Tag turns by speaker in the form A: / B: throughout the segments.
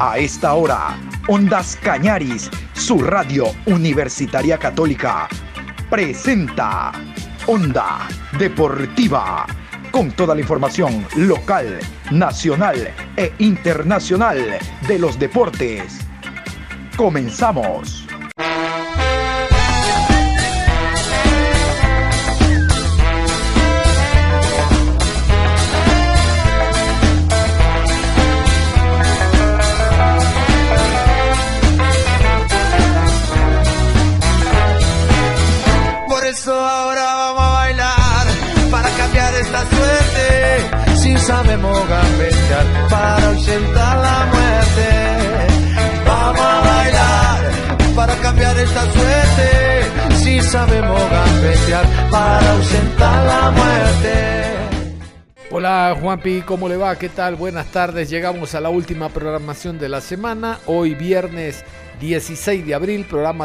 A: A esta hora, Ondas Cañaris, su radio universitaria católica, presenta Onda Deportiva, con toda la información local, nacional e internacional de los deportes. Comenzamos.
B: Ahora vamos a bailar para cambiar esta suerte. Si sabemos gambetear para ausentar la muerte. Vamos a bailar para cambiar esta suerte. Si sabemos gambetear para ausentar la muerte.
C: Hola Juanpi, ¿cómo le va? ¿Qué tal? Buenas tardes. Llegamos a la última programación de la semana. Hoy viernes 16 de abril, programa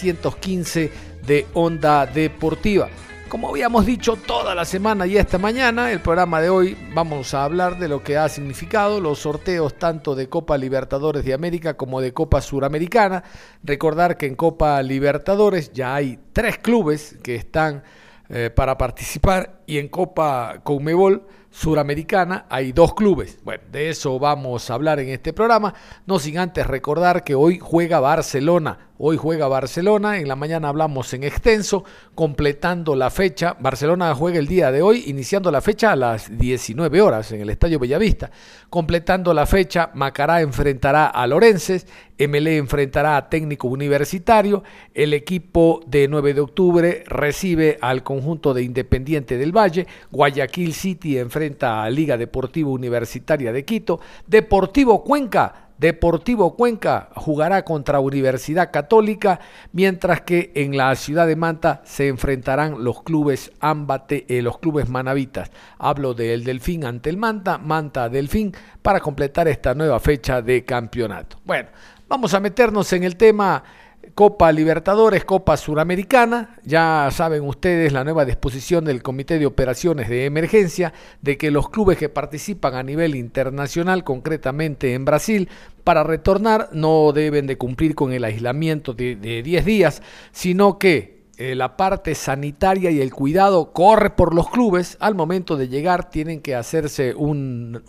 C: 715 de Onda Deportiva. Como habíamos dicho toda la semana y esta mañana, el programa de hoy vamos a hablar de lo que ha significado los sorteos tanto de Copa Libertadores de América como de Copa Suramericana. Recordar que en Copa Libertadores ya hay 3 clubes que están para participar, y en Copa Conmebol Suramericana hay 2 clubes. Bueno, de eso vamos a hablar en este programa, no sin antes recordar que hoy juega Barcelona. En la mañana hablamos en extenso, completando la fecha. Barcelona juega el día de hoy, iniciando la fecha a las 19 horas en el Estadio Bellavista. Completando la fecha, Macará enfrentará a Lorenses, MLE enfrentará a Técnico Universitario, el equipo de 9 de octubre recibe al conjunto de Independiente del Valle, Guayaquil City enfrenta a Liga Deportiva Universitaria de Quito, Deportivo Cuenca jugará contra Universidad Católica, mientras que en la ciudad de Manta se enfrentarán los clubes los clubes manavitas. Hablo del Delfín ante el Manta Delfín, para completar esta nueva fecha de campeonato. Bueno, vamos a meternos en el tema Copa Libertadores, Copa Suramericana. Ya saben ustedes la nueva disposición del Comité de Operaciones de Emergencia de que los clubes que participan a nivel internacional, concretamente en Brasil, para retornar no deben de cumplir con el aislamiento de 10 días, sino que la parte sanitaria y el cuidado corre por los clubes. Al momento de llegar tienen que hacerse un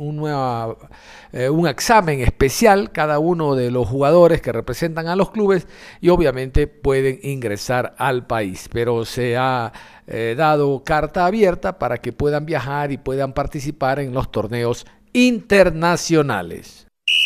C: examen especial cada uno de los jugadores que representan a los clubes, y obviamente pueden ingresar al país, pero se ha dado carta abierta para que puedan viajar y puedan participar en los torneos internacionales.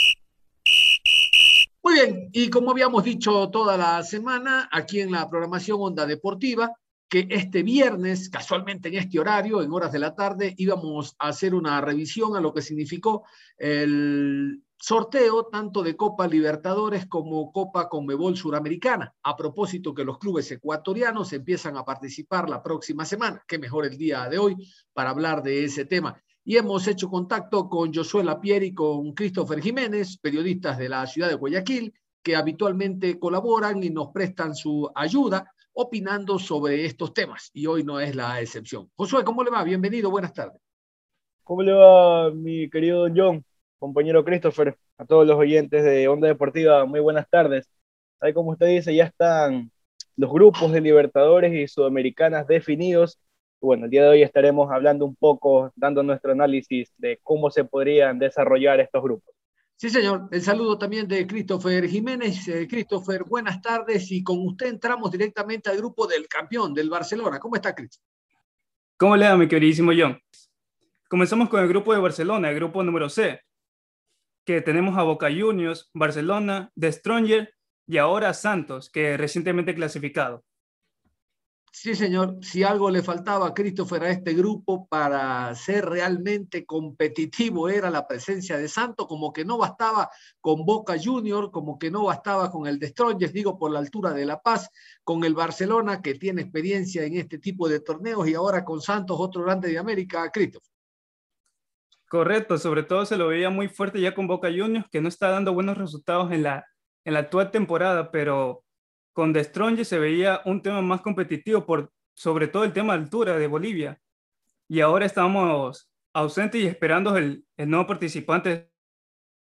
C: Muy bien, y como habíamos dicho toda la semana, aquí en la programación Onda Deportiva, que este viernes, casualmente en este horario, en horas de la tarde, íbamos a hacer una revisión a lo que significó el sorteo tanto de Copa Libertadores como Copa Conmebol Suramericana. A propósito que los clubes ecuatorianos empiezan a participar la próxima semana. Qué mejor el día de hoy para hablar de ese tema. Y hemos hecho contacto con Josué Lapierre y con Christopher Jiménez, periodistas de la ciudad de Guayaquil, que habitualmente colaboran y nos prestan su ayuda opinando sobre estos temas. Y hoy no es la excepción. Josué, ¿cómo le va? Bienvenido, buenas tardes.
D: ¿Cómo le va, mi querido don John, compañero Christopher, a todos los oyentes de Onda Deportiva? Muy buenas tardes. Ahí, como usted dice, ya están los grupos de Libertadores y Sudamericanas definidos. Bueno, el día de hoy estaremos hablando un poco, dando nuestro análisis de cómo se podrían desarrollar estos grupos.
C: Sí, señor. El saludo también de Christopher Jiménez. Christopher, buenas tardes. Y con usted entramos directamente al grupo del campeón, del Barcelona. ¿Cómo está, Chris?
E: ¿Cómo le va, mi queridísimo John? Comenzamos con el grupo de Barcelona, el grupo número C, que tenemos a Boca Juniors, Barcelona, The Strongers y ahora Santos, que recientemente clasificado.
C: Sí, señor. Si algo le faltaba a Christopher a este grupo para ser realmente competitivo era la presencia de Santos, como que no bastaba con Boca Juniors, como que no bastaba con el The Strongers, digo por la altura de La Paz, con el Barcelona que tiene experiencia en este tipo de torneos, y ahora con Santos, otro grande de América, Christopher.
E: Correcto, sobre todo se lo veía muy fuerte ya con Boca Juniors, que no está dando buenos resultados en la actual temporada, pero con The Strongers se veía un tema más competitivo sobre todo el tema de altura de Bolivia. Y ahora estamos ausentes y esperando el nuevo participante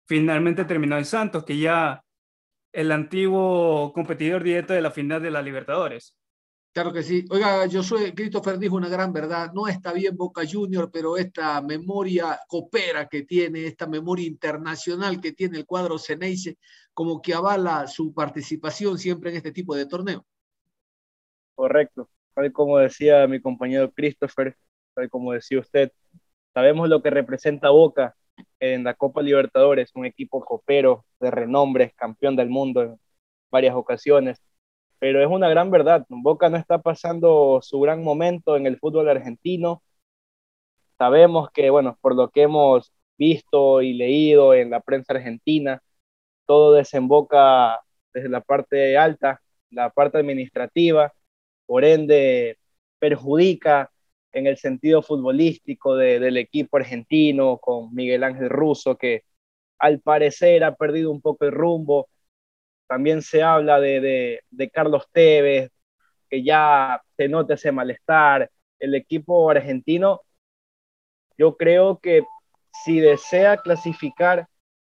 E: finalmente terminó en Santos, que ya el antiguo competidor directo de la final de la Libertadores.
F: Claro que sí. Oiga, Josué, Christopher dijo una gran verdad. No está bien Boca Junior, pero esta memoria copera que tiene, esta memoria internacional que tiene el cuadro Ceneice, como que avala su participación siempre en este tipo de torneo.
D: Correcto. Tal como decía mi compañero Christopher, tal como decía usted, sabemos lo que representa Boca en la Copa Libertadores, un equipo copero de renombre, campeón del mundo en varias ocasiones, pero es una gran verdad. Boca no está pasando su gran momento en el fútbol argentino. Sabemos que, bueno, por lo que hemos visto y leído en la prensa argentina, todo desemboca desde la parte alta, la parte administrativa, por ende perjudica en el sentido futbolístico del equipo argentino con Miguel Ángel Russo, que al parecer ha perdido un poco el rumbo. También se habla de Carlos Tevez, que ya se nota ese malestar. El equipo argentino, yo creo que si desea clasificar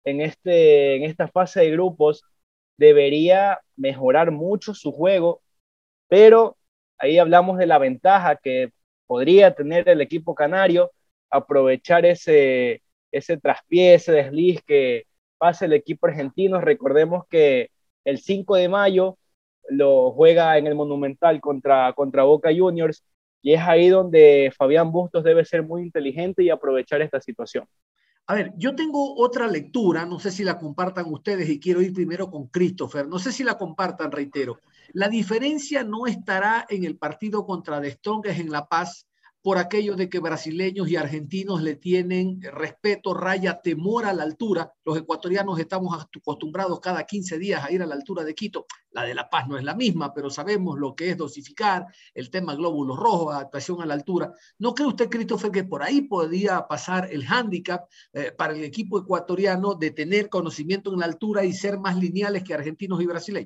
D: en esta fase de grupos, debería mejorar mucho su juego, pero ahí hablamos de la ventaja que podría tener el equipo canario, aprovechar ese traspié, ese desliz que pasa el equipo argentino. Recordemos que el 5 de mayo lo juega en el Monumental contra Boca Juniors, y es ahí donde Fabián Bustos debe ser muy inteligente y aprovechar esta situación.
F: A ver, yo tengo otra lectura, no sé si la compartan ustedes y quiero ir primero con Christopher, no sé si la compartan, reitero. La diferencia no estará en el partido contra The Strongest en La Paz por aquello de que brasileños y argentinos le tienen respeto, raya, temor a la altura. Los ecuatorianos estamos acostumbrados cada 15 días a ir a la altura de Quito. La de La Paz no es la misma, pero sabemos lo que es dosificar, el tema glóbulos rojos, adaptación a la altura. ¿No cree usted, Christopher, que por ahí podría pasar el hándicap para el equipo ecuatoriano de tener conocimiento en la altura y ser más lineales que argentinos y brasileños?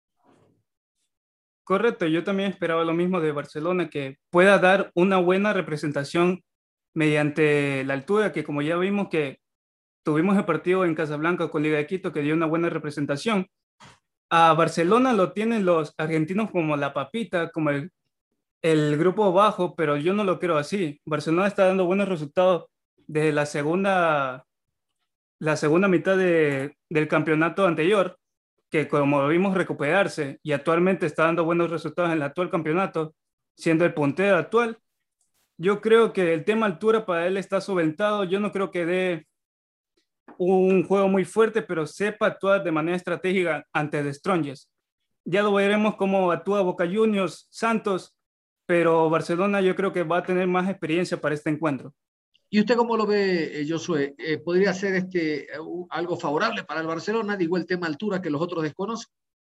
E: Correcto, yo también esperaba lo mismo de Barcelona, que pueda dar una buena representación mediante la altura, que como ya vimos que tuvimos el partido en Casablanca con Liga de Quito, que dio una buena representación. A Barcelona lo tienen los argentinos como la papita, como el grupo bajo, pero yo no lo creo así. Barcelona está dando buenos resultados desde la segunda mitad del campeonato anterior, que como vimos recuperarse y actualmente está dando buenos resultados en el actual campeonato, siendo el puntero actual. Yo creo que el tema altura para él está solventado. Yo no creo que dé un juego muy fuerte, pero sepa actuar de manera estratégica ante The Strongest. Ya lo veremos cómo actúa Boca Juniors, Santos, pero Barcelona yo creo que va a tener más experiencia para este encuentro.
F: ¿Y usted cómo lo ve, Josué? ¿Podría ser algo favorable para el Barcelona? Digo, el tema altura que los otros desconocen.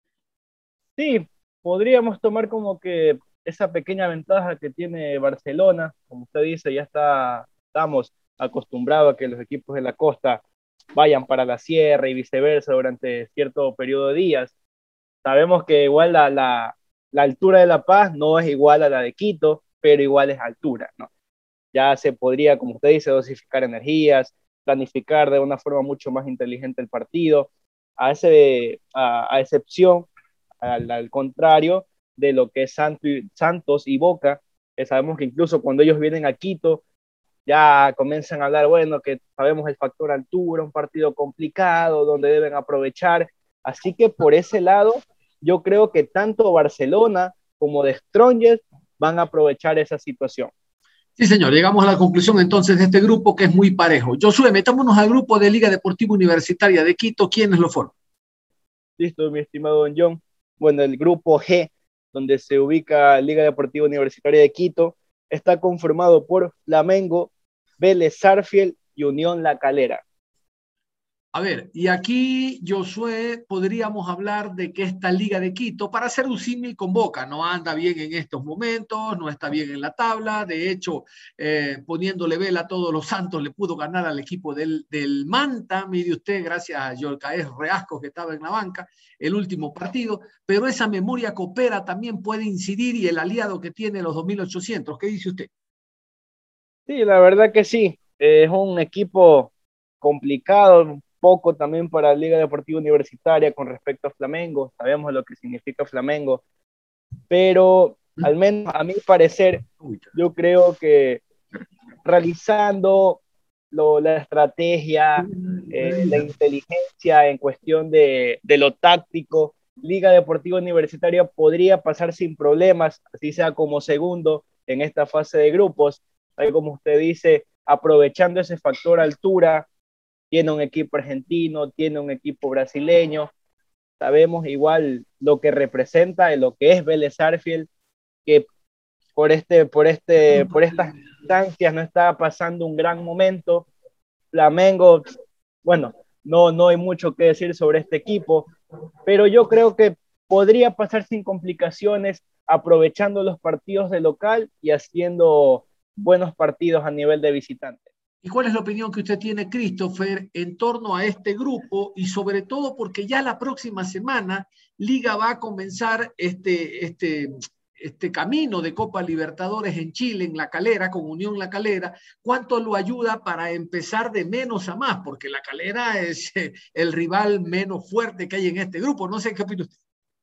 D: Sí, podríamos tomar como que esa pequeña ventaja que tiene Barcelona. Como usted dice, ya estamos acostumbrados a que los equipos de la costa vayan para la sierra y viceversa durante cierto periodo de días. Sabemos que igual la altura de La Paz no es igual a la de Quito, pero igual es altura, ¿no? Ya se podría, como usted dice, dosificar energías, planificar de una forma mucho más inteligente el partido, a excepción, al contrario de lo que es Santos y Boca, que sabemos que incluso cuando ellos vienen a Quito, ya comienzan a hablar, bueno, que sabemos el factor altura, un partido complicado, donde deben aprovechar. Así que por ese lado, yo creo que tanto Barcelona como The Strongest van a aprovechar esa situación.
F: Sí, señor. Llegamos a la conclusión entonces de este grupo que es muy parejo. Josué, metámonos al grupo de Liga Deportiva Universitaria de Quito. ¿Quiénes lo forman?
D: Listo, mi estimado don John. Bueno, el grupo G, donde se ubica Liga Deportiva Universitaria de Quito, está conformado por Flamengo, Vélez Sarsfield y Unión La Calera.
F: A ver, y aquí, Josué, podríamos hablar de que esta Liga de Quito, para hacer un símil con Boca, no anda bien en estos momentos, no está bien en la tabla. De hecho, poniéndole vela a todos los santos, le pudo ganar al equipo del Manta, mire usted, gracias a Yorcaez Reasco, que estaba en la banca, el último partido. Pero esa memoria copera también puede incidir, y el aliado que tiene los 2.800. ¿Qué dice usted?
D: Sí, la verdad que sí. Es un equipo complicado, poco también para la Liga Deportiva Universitaria con respecto a Flamengo. Sabemos lo que significa Flamengo, pero al menos a mi parecer, yo creo que realizando la estrategia, la inteligencia en cuestión de lo táctico, Liga Deportiva Universitaria podría pasar sin problemas, así sea como segundo en esta fase de grupos. Ahí, como usted dice, aprovechando ese factor altura, tiene un equipo argentino, tiene un equipo brasileño, sabemos igual lo que representa, lo que es Vélez Sarsfield, que por estas instancias no está pasando un gran momento. Flamengo, bueno, no hay mucho que decir sobre este equipo, pero yo creo que podría pasar sin complicaciones, aprovechando los partidos de local y haciendo buenos partidos a nivel de visitante.
F: ¿Y cuál es la opinión que usted tiene, Christopher, en torno a este grupo? Y sobre todo porque ya la próxima semana Liga va a comenzar este camino de Copa Libertadores en Chile, en La Calera, con Unión La Calera. ¿Cuánto lo ayuda para empezar de menos a más? Porque La Calera es el rival menos fuerte que hay en este grupo. No sé qué opina usted.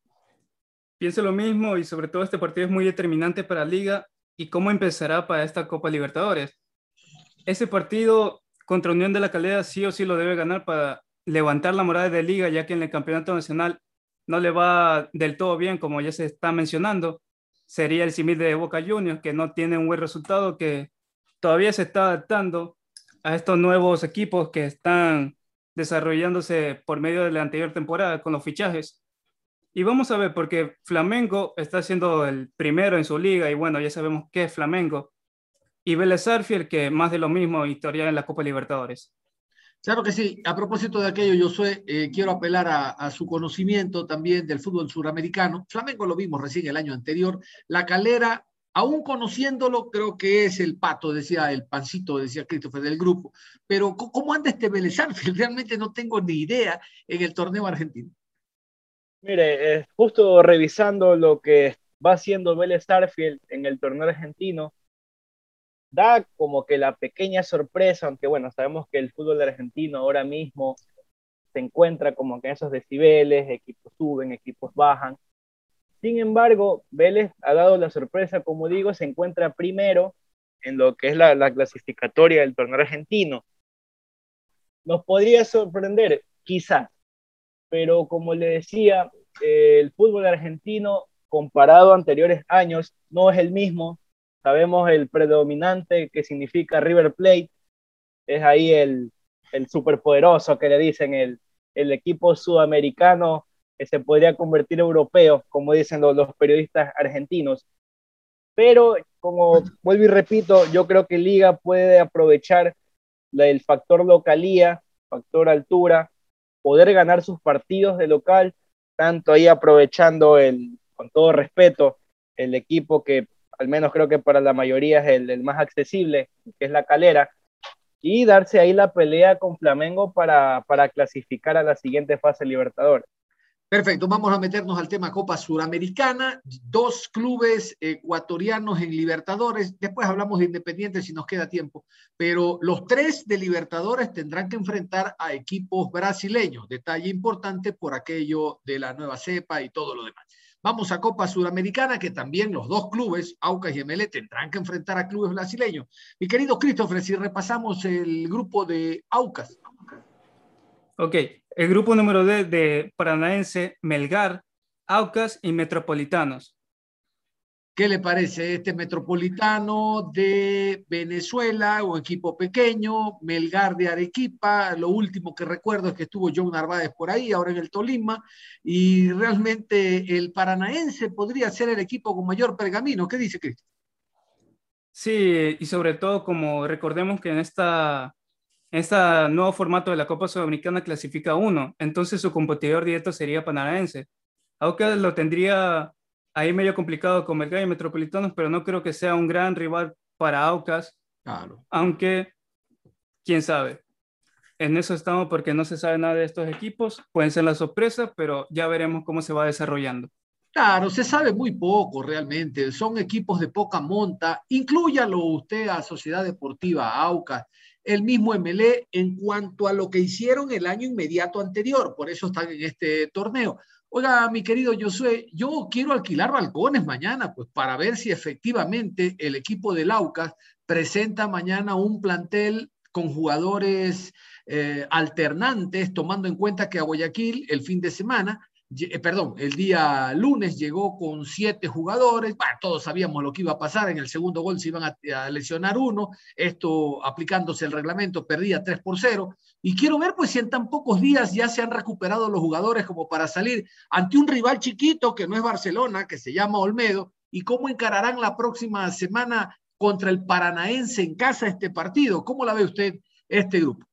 E: Pienso lo mismo, y sobre todo este partido es muy determinante para Liga y cómo empezará para esta Copa Libertadores. Ese partido contra Unión de La Calera sí o sí lo debe ganar para levantar la moral de Liga, ya que en el campeonato nacional no le va del todo bien, como ya se está mencionando. Sería el símil de Boca Juniors, que no tiene un buen resultado, que todavía se está adaptando a estos nuevos equipos que están desarrollándose por medio de la anterior temporada con los fichajes. Y vamos a ver, porque Flamengo está siendo el primero en su liga, y bueno, ya sabemos qué es Flamengo. Y Vélez Sarsfield, que más de lo mismo, historial en la Copa Libertadores.
F: Claro que sí. A propósito de aquello, Josué, quiero apelar a su conocimiento también del fútbol suramericano. Flamengo lo vimos recién el año anterior. La Calera, aún conociéndolo, creo que es el pato, decía el pancito, decía Christopher, del grupo. Pero ¿cómo anda este Vélez Sarsfield? Realmente no tengo ni idea en el torneo argentino.
D: Mire, justo revisando lo que va haciendo Vélez Sarsfield en el torneo argentino, da como que la pequeña sorpresa, aunque bueno, sabemos que el fútbol argentino ahora mismo se encuentra como que en esos decibeles, equipos suben, equipos bajan. Sin embargo, Vélez ha dado la sorpresa, como digo, se encuentra primero en lo que es la clasificatoria del torneo argentino. Nos podría sorprender, quizás, pero como le decía, el fútbol argentino comparado a anteriores años no es el mismo. Sabemos el predominante que significa River Plate, es ahí el superpoderoso que le dicen, el equipo sudamericano que se podría convertir europeo, como dicen los periodistas argentinos. Pero como vuelvo y repito, yo creo que Liga puede aprovechar el factor localía, factor altura, poder ganar sus partidos de local, tanto ahí aprovechando con todo respeto, el equipo que al menos creo que para la mayoría es el más accesible, que es La Calera, y darse ahí la pelea con Flamengo para clasificar a la siguiente fase Libertadores.
F: Perfecto, vamos a meternos al tema Copa Suramericana, 2 clubes ecuatorianos en Libertadores, después hablamos de Independiente si nos queda tiempo, pero los 3 de Libertadores tendrán que enfrentar a equipos brasileños, detalle importante por aquello de la nueva cepa y todo lo demás. Vamos a Copa Suramericana, que también los 2 clubes, Aucas y ML, tendrán que enfrentar a clubes brasileños. Mi querido Christopher, si repasamos el grupo de Aucas.
E: Ok, el grupo número D de Paranaense, Melgar, Aucas y Metropolitanos.
F: ¿Qué le parece este Metropolitano de Venezuela, un equipo pequeño, Melgar de Arequipa? Lo último que recuerdo es que estuvo John Narváez por ahí, ahora en el Tolima, y realmente el Paranaense podría ser el equipo con mayor pergamino. ¿Qué dice Cristian?
E: Sí, y sobre todo como recordemos que en este nuevo formato de la Copa Sudamericana clasifica 1, entonces su competidor directo sería Paranaense. Aucas lo tendría ahí medio complicado con Melgar y Metropolitanos, pero no creo que sea un gran rival para Aucas,
F: Claro.
E: Aunque, quién sabe. En eso estamos porque no se sabe nada de estos equipos, pueden ser la sorpresa, pero ya veremos cómo se va desarrollando.
F: Claro, se sabe muy poco realmente, son equipos de poca monta, inclúyalo usted a Sociedad Deportiva Aucas, el mismo MLE en cuanto a lo que hicieron el año inmediato anterior, por eso están en este torneo. Oiga, mi querido Josué, yo quiero alquilar balcones mañana, pues para ver si efectivamente el equipo del Aucas presenta mañana un plantel con jugadores alternantes, tomando en cuenta que a Guayaquil el fin de semana, el día lunes llegó con 7 jugadores. Bueno, todos sabíamos lo que iba a pasar. En el segundo gol se iban a lesionar uno. Esto, aplicándose el reglamento, perdía 3-0. Y quiero ver, pues, si en tan pocos días ya se han recuperado los jugadores como para salir ante un rival chiquito que no es Barcelona, que se llama Olmedo, y cómo encararán la próxima semana contra el Paranaense en casa este partido. ¿Cómo la ve usted este grupo?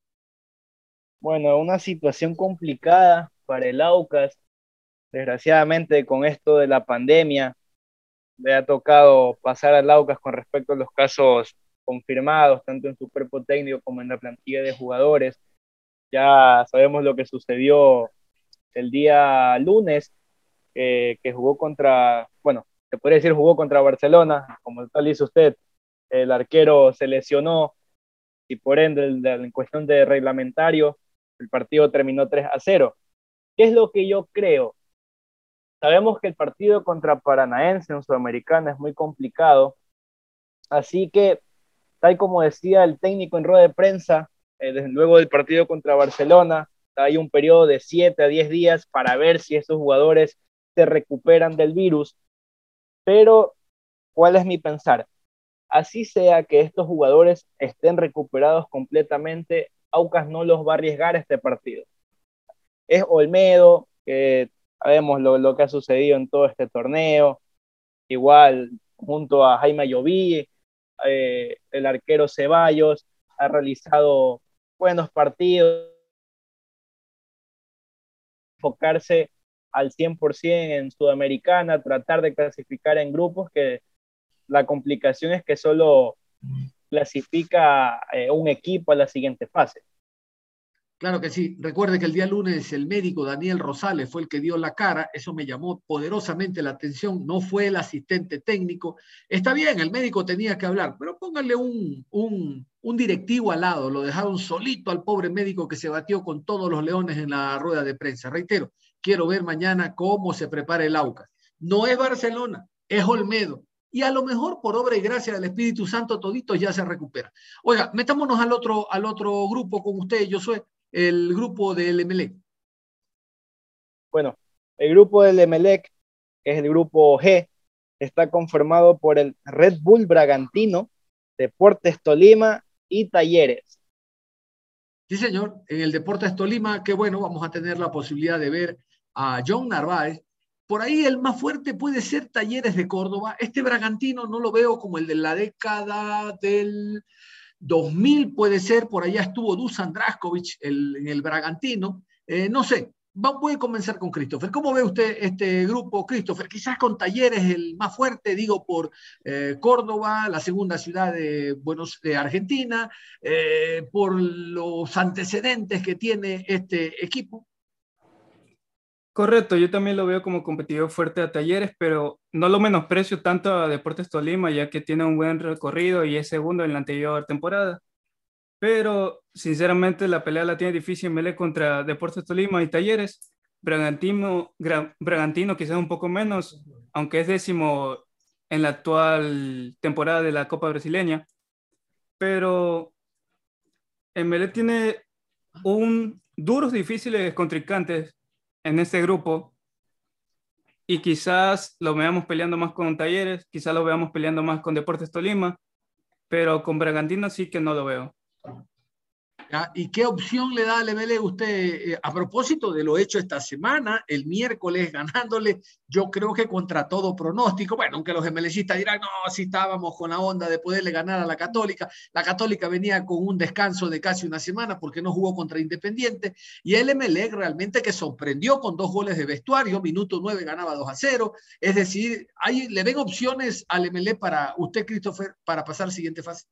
D: Bueno, una situación complicada para el Aucas. Desgraciadamente, con esto de la pandemia, le ha tocado pasar al Aucas con respecto a los casos confirmados, tanto en su cuerpo técnico como en la plantilla de jugadores. Ya sabemos lo que sucedió el día lunes, que jugó contra, bueno, se podría decir jugó contra Barcelona, como tal dice usted, el arquero se lesionó y por ende, en cuestión de reglamentario, el partido terminó 3-0. ¿Qué es lo que yo creo? Sabemos que el partido contra Paranaense en Sudamericana es muy complicado, así que, tal como decía el técnico en rueda de prensa, desde luego del partido contra Barcelona, hay un periodo de 7 a 10 días para ver si esos jugadores se recuperan del virus, pero ¿cuál es mi pensar? Así sea que estos jugadores estén recuperados completamente, Aucas no los va a arriesgar este partido. Es Olmedo, que sabemos lo que ha sucedido en todo este torneo, igual junto a Jaime Lloví, el arquero Ceballos ha realizado buenos partidos, enfocarse al 100% en Sudamericana, tratar de clasificar en grupos, que la complicación es que solo clasifica un equipo a la siguiente fase.
F: Claro que sí. Recuerde que el día lunes el médico Daniel Rosales fue el que dio la cara. Eso me llamó poderosamente la atención. No fue el asistente técnico. Está bien, el médico tenía que hablar, pero pónganle un directivo al lado. Lo dejaron solito al pobre médico que se batió con todos los leones en la rueda de prensa. Reitero, quiero ver mañana cómo se prepara el Aucas. No es Barcelona, es Olmedo. Y a lo mejor, por obra y gracia del Espíritu Santo, toditos ya se recuperan. Oiga, metámonos al otro grupo con usted, Josué. El grupo del Emelec.
D: Bueno, el grupo del Emelec, que es el grupo G, está conformado por el Red Bull Bragantino, Deportes Tolima y Talleres.
F: Sí, señor, en el Deportes Tolima, que bueno, vamos a tener la posibilidad de ver a John Narváez. Por ahí el más fuerte puede ser Talleres de Córdoba. Este Bragantino no lo veo como el de la década del 2000, puede ser, por allá estuvo Dusan Draskovic en el Bragantino. No sé, voy a comenzar con Christopher. ¿Cómo ve usted este grupo, Christopher? Quizás con Talleres el más fuerte, digo, por Córdoba, la segunda ciudad de Argentina, por los antecedentes que tiene este equipo.
E: Correcto, yo también lo veo como competidor fuerte a Talleres, pero no lo menosprecio tanto a Deportes Tolima, ya que tiene un buen recorrido y es segundo en la anterior temporada. Pero sinceramente la pelea la tiene difícil Melec contra Deportes Tolima y Talleres. Bragantino quizás un poco menos, aunque es décimo en la actual temporada de la Copa Brasileña. Pero Melec tiene duros, difíciles contrincantes en este grupo, y quizás lo veamos peleando más con Talleres, quizás lo veamos peleando más con Deportes Tolima, pero con Bragantino sí que no lo veo.
F: ¿Y qué opción le da al Emelec usted a propósito de lo hecho esta semana, el miércoles ganándole, yo creo que contra todo pronóstico? Bueno, aunque los emelecistas dirán, no, si estábamos con la onda de poderle ganar a la Católica venía con un descanso de casi una semana porque no jugó contra Independiente, y el Emelec realmente que sorprendió con 2 goles de vestuario, minuto 9 ganaba 2-0, es decir, ahí le ven opciones al Emelec para usted, Christopher, para pasar a la siguiente fase.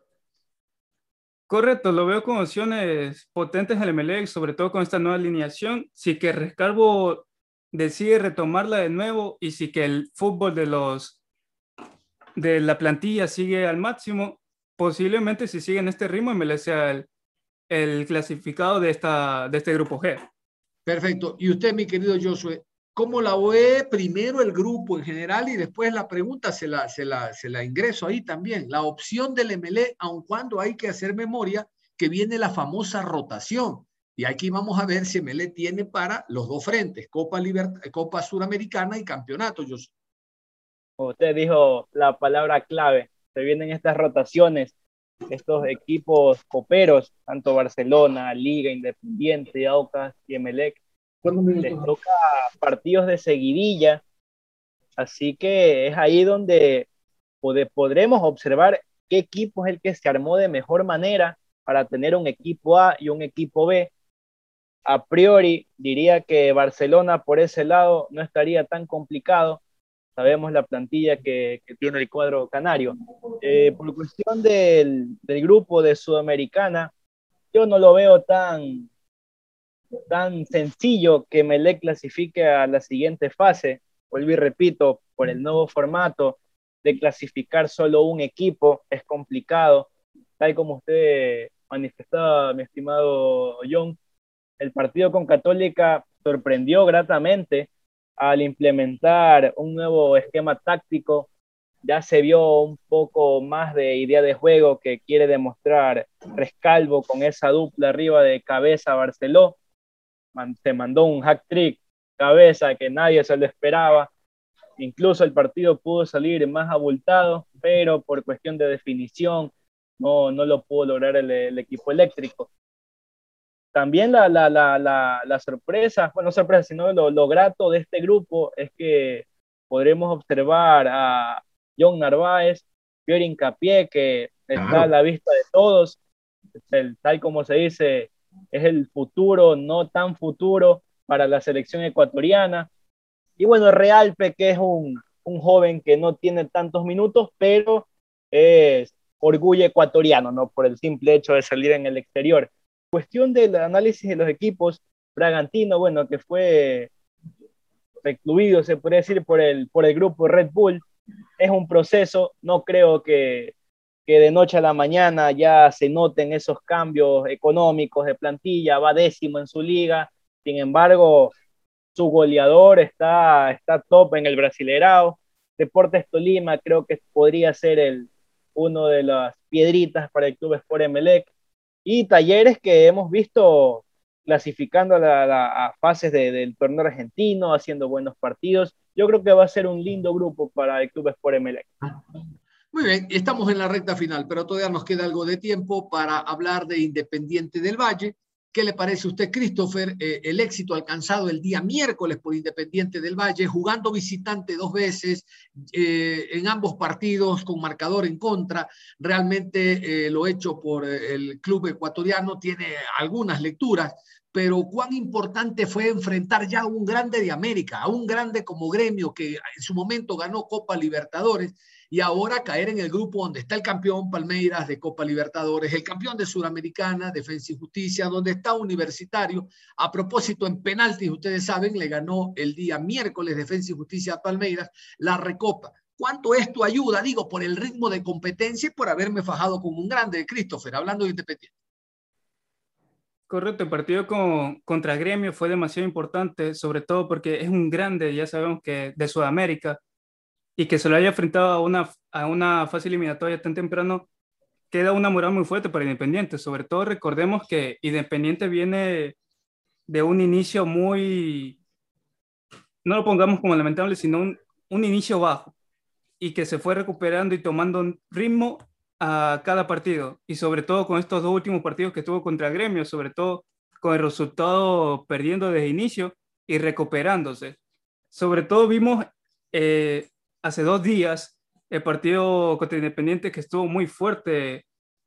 E: Correcto, lo veo con opciones potentes al Emelec, sobre todo con esta nueva alineación. Si que Rescalvo decide retomarla de nuevo y si que el fútbol de la plantilla sigue al máximo, posiblemente si siguen este ritmo, Emelec sea el clasificado de este grupo G.
F: Perfecto. Y usted, mi querido Josué, ¿cómo la ve primero el grupo en general y después la pregunta se la ingreso ahí también? La opción del Emelec, aun cuando hay que hacer memoria que viene la famosa rotación. Y aquí vamos a ver si Emelec tiene para los dos frentes, Copa Suramericana y Campeonato, Josué.
D: Usted dijo la palabra clave. Se vienen estas rotaciones, estos equipos coperos, tanto Barcelona, Liga, Independiente, Aucas y Emelec. Les toca partidos de seguidilla, así que es ahí donde podremos observar qué equipo es el que se armó de mejor manera para tener un equipo A y un equipo B. A priori diría que Barcelona por ese lado no estaría tan complicado. Sabemos la plantilla que tiene el cuadro canario. Por cuestión del grupo de Sudamericana, yo no lo veo tan sencillo que Melec clasifique a la siguiente fase. Vuelvo y repito, por el nuevo formato de clasificar solo un equipo es complicado. Tal como usted manifestaba, mi estimado John, el partido con Católica sorprendió gratamente al implementar un nuevo esquema táctico. Ya se vio un poco más de idea de juego que quiere demostrar Rescalvo con esa dupla arriba de Cabeza Barceló. Se mandó un hack trick Cabeza que nadie se lo esperaba. Incluso el partido pudo salir más abultado, pero por cuestión de definición no lo pudo lograr el equipo eléctrico. También la sorpresa, bueno, no sorpresa, sino lo grato de este grupo es que podremos observar a John Narváez, Pierre Hincapié, que está a la vista de todos, tal como se dice, es el futuro, no tan futuro para la selección ecuatoriana. Y bueno, Realpe, que es un joven que no tiene tantos minutos, pero es orgullo ecuatoriano, ¿no? Por el simple hecho de salir en el exterior. Cuestión del análisis de los equipos, Bragantino, bueno, que fue recluido, se podría decir, por el grupo Red Bull, es un proceso, no creo que de noche a la mañana ya se noten esos cambios económicos de plantilla, va 10º en su liga, sin embargo, su goleador está top en el Brasileirao. Deportes Tolima creo que podría ser uno de las piedritas para el Club Sport Emelec. Y Talleres que hemos visto clasificando a fases del torneo argentino, haciendo buenos partidos. Yo creo que va a ser un lindo grupo para el Club Sport Emelec.
F: Muy bien, estamos en la recta final, pero todavía nos queda algo de tiempo para hablar de Independiente del Valle. ¿Qué le parece a usted, Christopher? El éxito alcanzado el día miércoles por Independiente del Valle, jugando visitante 2 veces, en ambos partidos con marcador en contra. Realmente lo hecho por el club ecuatoriano tiene algunas lecturas, pero cuán importante fue enfrentar ya a un grande de América, a un grande como Gremio, que en su momento ganó Copa Libertadores, y ahora caer en el grupo donde está el campeón Palmeiras de Copa Libertadores, el campeón de Suramericana, Defensa y Justicia, donde está Universitario. A propósito, en penaltis, ustedes saben, le ganó el día miércoles Defensa y Justicia a Palmeiras la Recopa. ¿Cuánto esto ayuda? Digo, por el ritmo de competencia y por haberme fajado con un grande, Christopher, hablando de Independiente.
E: Correcto, el partido contra Gremio fue demasiado importante, sobre todo porque es un grande, ya sabemos que de Sudamérica, y que se lo haya enfrentado a una fase eliminatoria tan temprano, queda una moral muy fuerte para Independiente. Sobre todo recordemos que Independiente viene de un inicio muy, no lo pongamos como lamentable, sino un inicio bajo, y que se fue recuperando y tomando un ritmo a cada partido, y sobre todo con estos 2 últimos partidos que tuvo contra Gremio, sobre todo con el resultado perdiendo desde inicio y recuperándose. Sobre todo vimos hace 2 días el partido contra Independiente, que estuvo muy fuerte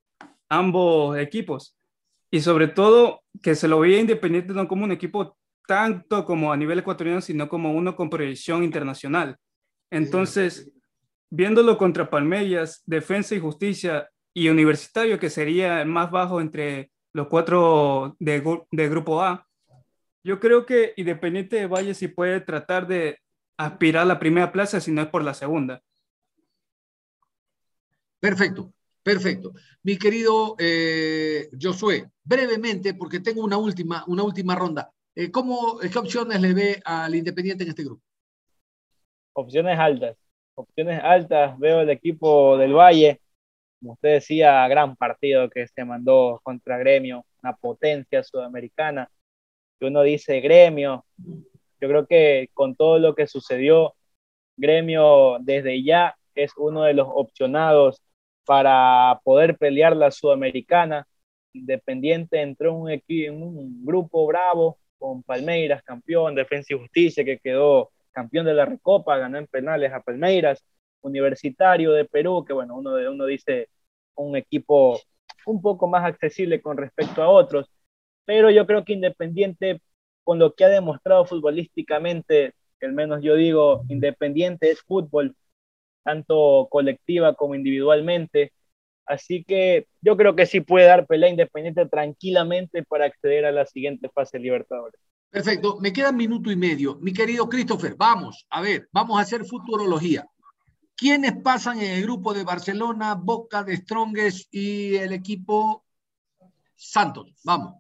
E: ambos equipos, y sobre todo que se lo veía Independiente no como un equipo tanto como a nivel ecuatoriano, sino como uno con proyección internacional. Entonces, viéndolo contra Palmeiras, Defensa y Justicia y Universitario, que sería el más bajo entre los 4 de Grupo A, yo creo que Independiente de Valle sí puede tratar de aspirar a la primera plaza, si no es por la segunda.
F: Perfecto. Perfecto. Mi querido Josué, brevemente, porque tengo una última ronda. ¿Qué opciones le ve al Independiente en este grupo?
D: Opciones altas. Opciones altas. Veo el equipo del Valle. Como usted decía, gran partido que se mandó contra Gremio, una potencia sudamericana. Que uno dice Gremio. Yo creo que con todo lo que sucedió, Gremio desde ya es uno de los opcionados para poder pelear la Sudamericana. Independiente entró en un grupo bravo con Palmeiras, campeón, Defensa y Justicia, que quedó campeón de la Recopa, ganó en penales a Palmeiras, Universitario de Perú, que bueno, uno dice un equipo un poco más accesible con respecto a otros, pero yo creo que Independiente, con lo que ha demostrado futbolísticamente, al menos yo digo, Independiente es fútbol, tanto colectiva como individualmente. Así que yo creo que sí puede dar pelea Independiente tranquilamente para acceder a la siguiente fase de Libertadores.
F: Perfecto, me queda 1 minuto y medio. Mi querido Christopher, vamos a hacer futurología. ¿Quiénes pasan en el grupo de Barcelona, Boca, de Strongest y el equipo Santos? Vamos.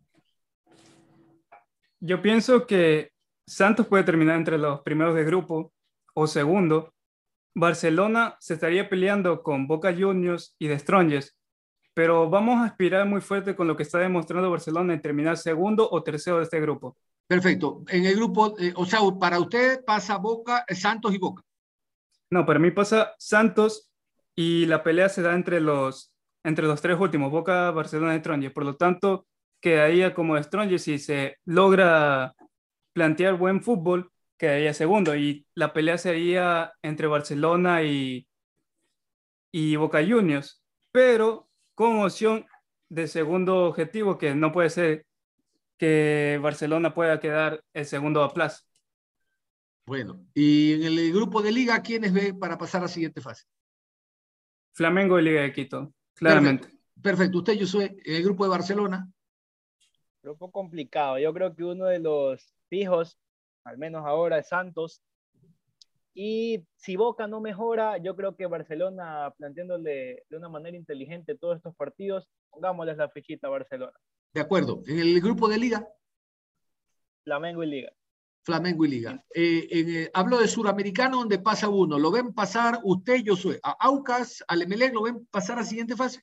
E: Yo pienso que Santos puede terminar entre los primeros de grupo o segundo. Barcelona se estaría peleando con Boca Juniors y de Strongest, pero vamos a aspirar muy fuerte con lo que está demostrando Barcelona en terminar segundo o tercero de este grupo.
F: Perfecto. En el grupo, o sea, para usted pasa Boca, Santos y Boca.
E: No, para mí pasa Santos y la pelea se da entre los tres últimos, Boca, Barcelona y Strongest. Por lo tanto, quedaría como Strongest si se logra plantear buen fútbol, quedaría segundo. Y la pelea sería entre Barcelona y Boca Juniors, pero con opción de segundo objetivo, que no puede ser que Barcelona pueda quedar el segundo a plazo.
F: Bueno, y en el grupo de Liga, ¿quiénes ve para pasar a la siguiente fase?
E: Flamengo y Liga de Quito, claramente.
F: Perfecto. Usted, Josué, en el grupo de Barcelona.
D: Grupo complicado. Yo creo que uno de los fijos, al menos ahora, es Santos. Y si Boca no mejora, yo creo que Barcelona, planteándole de una manera inteligente todos estos partidos, pongámosles la fichita a Barcelona.
F: De acuerdo. En el grupo de Liga.
D: Flamengo y Liga.
F: Flamengo y Liga. Hablo de Suramericano, donde pasa uno. ¿Lo ven pasar usted, Josué? ¿A Aucas, al Emelec, lo ven pasar a la siguiente fase?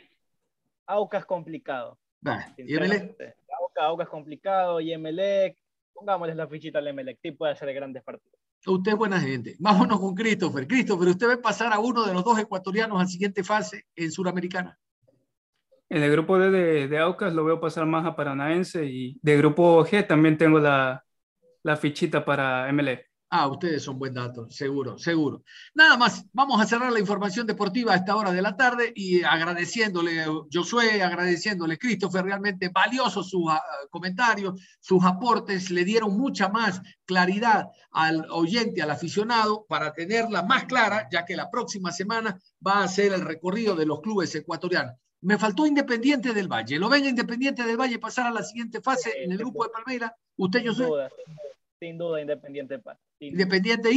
D: Aucas complicado.
F: ¿Y Emelec?
D: Aucas complicado y Emelec, pongámosles la fichita al Emelec, sí puede hacer grandes partidos.
F: Usted es buena gente. Vámonos con Christopher. Christopher, ¿usted ve pasar a uno de los dos ecuatorianos a la siguiente fase en Suramericana?
E: En el grupo de Aucas lo veo pasar más a Paranaense, y de grupo G también tengo la fichita para MLE.
F: Ustedes son buen dato, seguro, seguro. Nada más, vamos a cerrar la información deportiva a esta hora de la tarde y agradeciéndole Josué, agradeciéndole Christopher, realmente valiosos sus comentarios, sus aportes, le dieron mucha más claridad al oyente, al aficionado, para tenerla más clara, ya que la próxima semana va a ser el recorrido de los clubes ecuatorianos. Me faltó Independiente del Valle. ¿Lo ven Independiente del Valle pasar a la siguiente fase en el grupo de Palmeiras? ¿Usted, Josué?
D: Sin duda, Independiente pasa.
F: ¿Independiente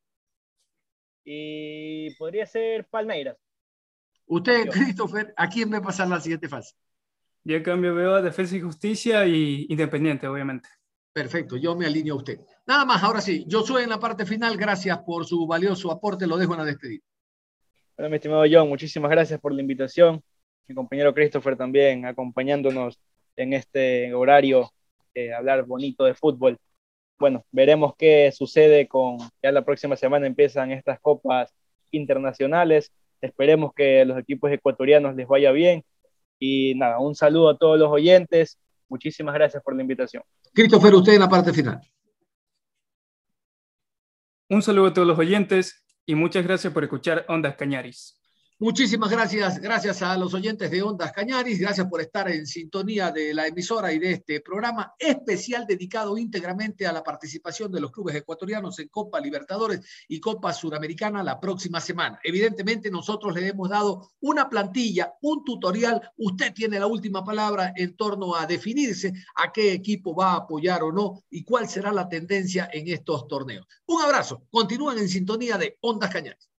D: y podría ser Palmeiras.
F: Usted, Christopher, ¿a quién ve pasar la siguiente fase?
E: Yo en cambio veo a Defensa y Justicia y Independiente, obviamente.
F: Perfecto, yo me alineo a usted. Nada más, ahora sí, Josué en la parte final, gracias por su valioso aporte, lo dejo en la despedida.
D: Bueno, mi estimado John, muchísimas gracias por la invitación. Mi compañero Christopher también acompañándonos en este horario, hablar bonito de fútbol. Bueno, veremos qué sucede ya la próxima semana empiezan estas copas internacionales. Esperemos que a los equipos ecuatorianos les vaya bien. Y nada, un saludo a todos los oyentes. Muchísimas gracias por la invitación.
F: Christopher, usted en la parte final.
E: Un saludo a todos los oyentes y muchas gracias por escuchar Ondas Cañaris.
F: Muchísimas gracias, gracias a los oyentes de Ondas Cañaris, gracias por estar en sintonía de la emisora y de este programa especial dedicado íntegramente a la participación de los clubes ecuatorianos en Copa Libertadores y Copa Suramericana la próxima semana. Evidentemente nosotros le hemos dado una plantilla, un tutorial, usted tiene la última palabra en torno a definirse a qué equipo va a apoyar o no y cuál será la tendencia en estos torneos. Un abrazo, continúen en sintonía de Ondas Cañaris.